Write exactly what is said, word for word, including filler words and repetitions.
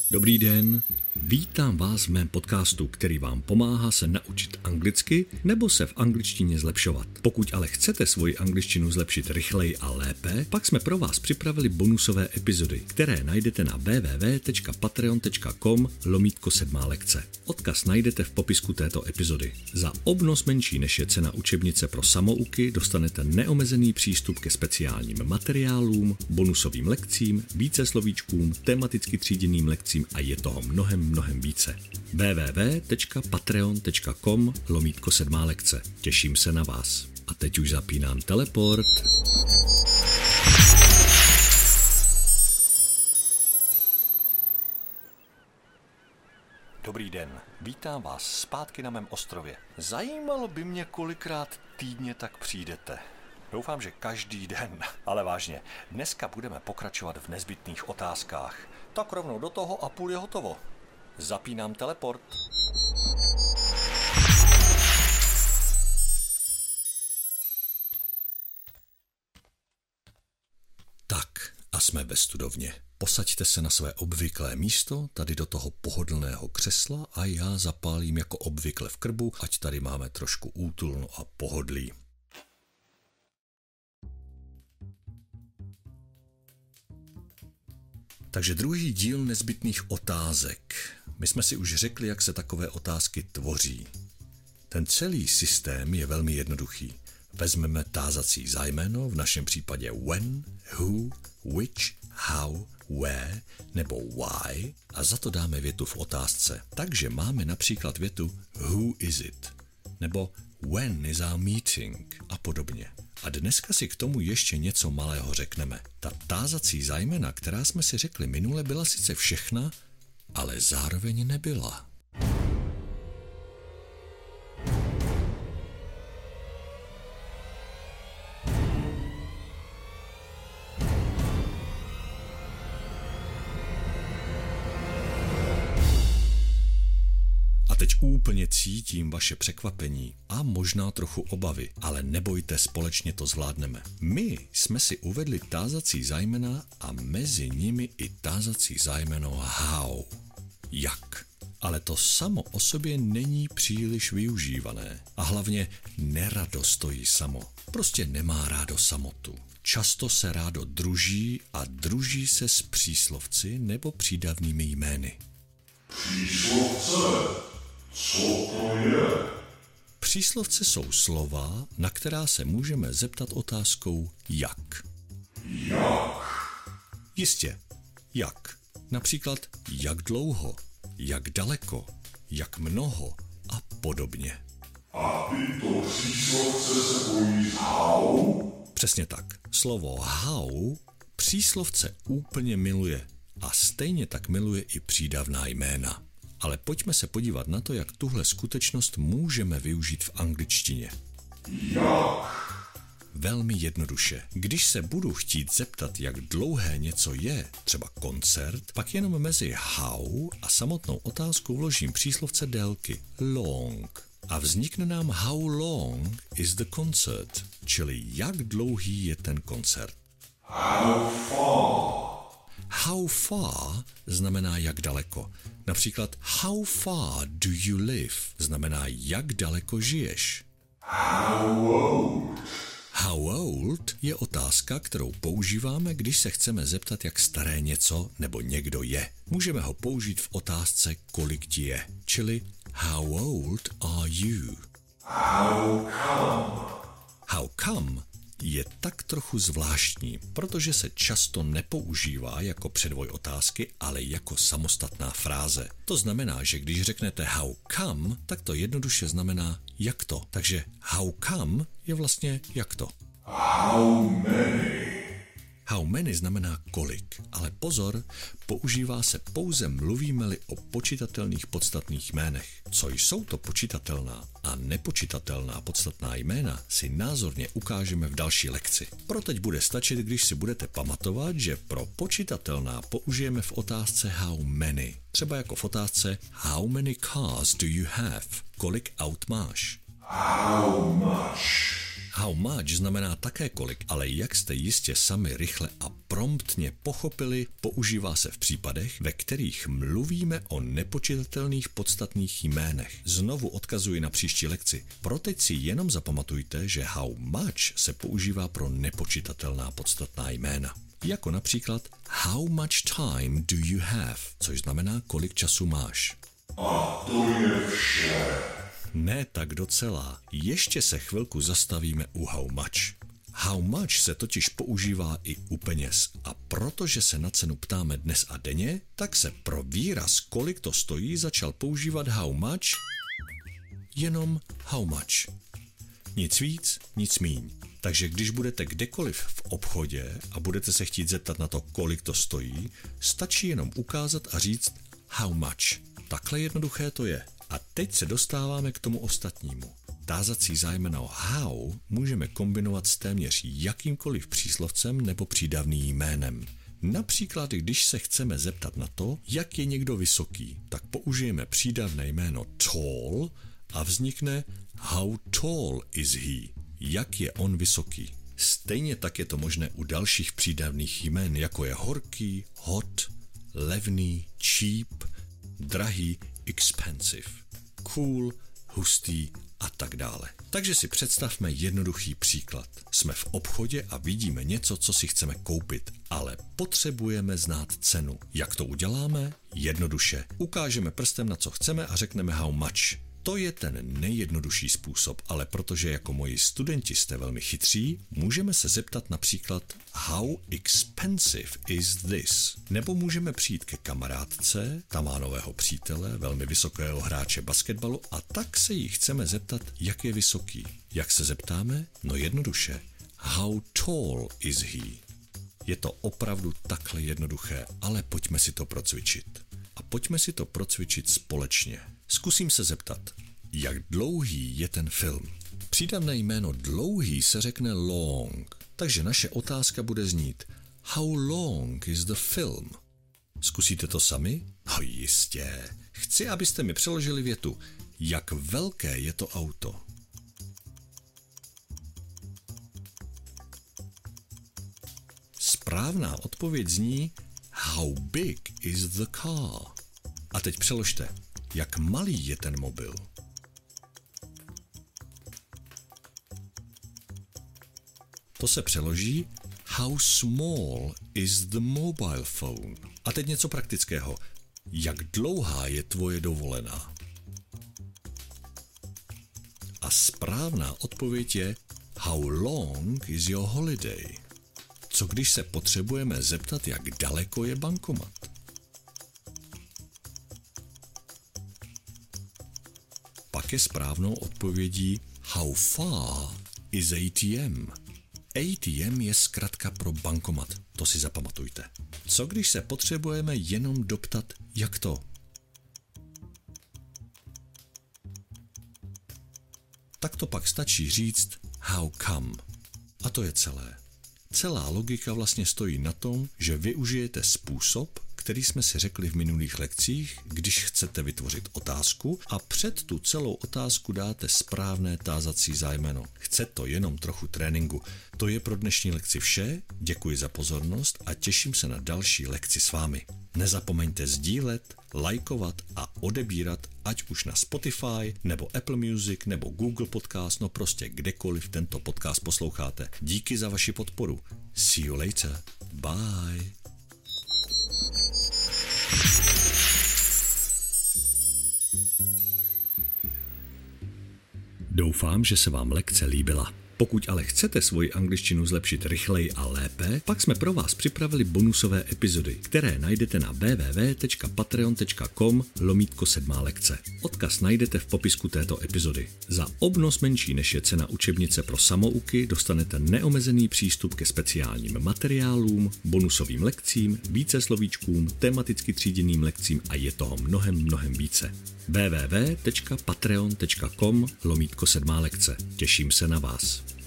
Dobrý den, vítám vás v mém podcastu, který vám pomáhá se naučit anglicky nebo se v angličtině zlepšovat. Pokud ale chcete svoji angličtinu zlepšit rychleji a lépe, pak jsme pro vás připravili bonusové epizody, které najdete na www tečka patreon tečka com lomítko sedmá lekce. Odkaz najdete v popisku této epizody. Za obnos menší než je cena učebnice pro samouky dostanete neomezený přístup ke speciálním materiálům, bonusovým lekcím, více slovíčkům, tematicky tříděným lekcím a je toho mnohem, mnohem více. www tečka patreon tečka com lomítko sedmá lekce. Těším se na vás. A teď už zapínám teleport. Dobrý den, vítám vás zpátky na mém ostrově. Zajímalo by mě, kolikrát týdně tak přijdete. Doufám, že každý den, ale vážně, dneska budeme pokračovat v nezbytných otázkách. Tak rovnou do toho a půl je hotovo. Zapínám teleport. Tak, a jsme ve studovně. Posaďte se na své obvyklé místo, tady do toho pohodlného křesla a já zapálím jako obvykle v krbu, ať tady máme trošku útulno a pohodlí. Takže druhý díl nezbytných otázek. My jsme si už řekli, jak se takové otázky tvoří. Ten celý systém je velmi jednoduchý. Vezmeme tázací zájmeno, v našem případě when, who, which, how, where nebo why a za to dáme větu v otázce. Takže máme například větu who is it? Nebo when is our meeting? A podobně. A dneska si k tomu ještě něco malého řekneme. Ta tázací zájmena, která jsme si řekli minule, byla sice všechna, ale zároveň nebyla. Teď úplně cítím vaše překvapení a možná trochu obavy, ale nebojte, společně to zvládneme. My jsme si uvedli tázací zájmena a mezi nimi i tázací zájmeno how. Jak? Ale to samo o sobě není příliš využívané a hlavně nerado stojí samo. Prostě nemá rádo samotu. Často se rádo druží a druží se s příslovci nebo přídavnými jmény. Příslovce? Co to je? Příslovce jsou slova, na která se můžeme zeptat otázkou jak. Jak? Jistě, jak. Například jak dlouho, jak daleko, jak mnoho a podobně. A tyto příslovce se pojí s how? Přesně tak. Slovo how příslovce úplně miluje a stejně tak miluje i přídavná jména. Ale pojďme se podívat na to, jak tuhle skutečnost můžeme využít v angličtině. Jak? Velmi jednoduše. Když se budu chtít zeptat, jak dlouhé něco je, třeba koncert, pak jenom mezi how a samotnou otázku vložím příslovce délky long. A vznikne nám how long is the concert, čili jak dlouhý je ten koncert. How far? How far znamená jak daleko. Například how far do you live znamená jak daleko žiješ. How old? How old je otázka, kterou používáme, když se chceme zeptat, jak staré něco nebo někdo je. Můžeme ho použít v otázce kolik ti je, čili how old are you? How come? How come je tak trochu zvláštní, protože se často nepoužívá jako předvoj otázky, ale jako samostatná fráze. To znamená, že když řeknete how come, tak to jednoduše znamená jak to. Takže how come je vlastně jak to. How many? How many znamená kolik, ale pozor, používá se pouze mluvíme-li o počitatelných podstatných jménech. Co jsou to počitatelná a nepočitatelná podstatná jména, si názorně ukážeme v další lekci. Pro teď bude stačit, když si budete pamatovat, že pro počitatelná použijeme v otázce how many. Třeba jako v otázce how many cars do you have? Kolik aut máš? How much? How much znamená také kolik, ale jak jste jistě sami rychle a promptně pochopili, používá se v případech, ve kterých mluvíme o nepočitatelných podstatných jménech. Znovu odkazuji na příští lekci. Pro teď si jenom zapamatujte, že how much se používá pro nepočitatelná podstatná jména. Jako například how much time do you have, což znamená kolik času máš. A to je vše. Ne tak docela. Ještě se chvilku zastavíme u how much. How much se totiž používá i u peněz a protože se na cenu ptáme dnes a denně, tak se pro výraz kolik to stojí začal používat how much jenom how much. Nic víc, nic míň. Takže když budete kdekoliv v obchodě a budete se chtít zeptat na to, kolik to stojí, stačí jenom ukázat a říct how much. Takhle jednoduché to je. A teď se dostáváme k tomu ostatnímu. Tázací zájmeno how můžeme kombinovat s téměř jakýmkoliv příslovcem nebo přídavným jménem. Například, když se chceme zeptat na to, jak je někdo vysoký, tak použijeme přídavné jméno tall a vznikne how tall is he, jak je on vysoký. Stejně tak je to možné u dalších přídavných jmén, jako je horký, hot, levný, cheap, drahý, expensive, cool, hustý a tak dále. Takže si představme jednoduchý příklad. Jsme v obchodě a vidíme něco, co si chceme koupit, ale potřebujeme znát cenu. Jak to uděláme? Jednoduše. Ukážeme prstem na co chceme a řekneme how much. To je ten nejjednodušší způsob, ale protože jako moji studenti jste velmi chytří, můžeme se zeptat například how expensive is this? Nebo můžeme přijít ke kamarádce, ta má nového přítele, velmi vysokého hráče basketbalu a tak se jí chceme zeptat, jak je vysoký. Jak se zeptáme? No jednoduše. How tall is he? Je to opravdu takhle jednoduché, ale pojďme si to procvičit. A pojďme si to procvičit společně. Zkusím se zeptat, jak dlouhý je ten film? Přídavné jméno dlouhý se řekne long, takže naše otázka bude znít how long is the film? Zkusíte to sami? No jistě. Chci, abyste mi přeložili větu, jak velké je to auto. Správná odpověď zní how big is the car? A teď přeložte, jak malý je ten mobil. To se přeloží how small is the mobile phone. A teď něco praktického. Jak dlouhá je tvoje dovolená? A správná odpověď je how long is your holiday? Co když se potřebujeme zeptat, jak daleko je bankomat? Pak je správnou odpovědí how far is A T M? A T M je zkratka pro bankomat, to si zapamatujte. Co když se potřebujeme jenom doptat, jak to? Tak to pak stačí říct how come. A to je celé. Celá logika vlastně stojí na tom, že využijete způsob, který jsme si řekli v minulých lekcích, když chcete vytvořit otázku a před tu celou otázku dáte správné tázací zájmeno. Chce to jenom trochu tréninku. To je pro dnešní lekci vše, děkuji za pozornost a těším se na další lekci s vámi. Nezapomeňte sdílet, lajkovat a odebírat, ať už na Spotify, nebo Apple Music, nebo Google Podcast, no prostě kdekoliv tento podcast posloucháte. Díky za vaši podporu. See you later. Bye. Doufám, že se vám lekce líbila. Pokud ale chcete svoji angličtinu zlepšit rychleji a lépe, pak jsme pro vás připravili bonusové epizody, které najdete na w w w tečka patreon tečka com lomítko sedmá lekce. Odkaz najdete v popisku této epizody. Za obnos menší než je cena učebnice pro samouky dostanete neomezený přístup ke speciálním materiálům, bonusovým lekcím, více slovíčkům, tematicky tříděným lekcím a je toho mnohem, mnohem více. w w w tečka patreon tečka com lomítko sedmá lekce. Těším se na vás.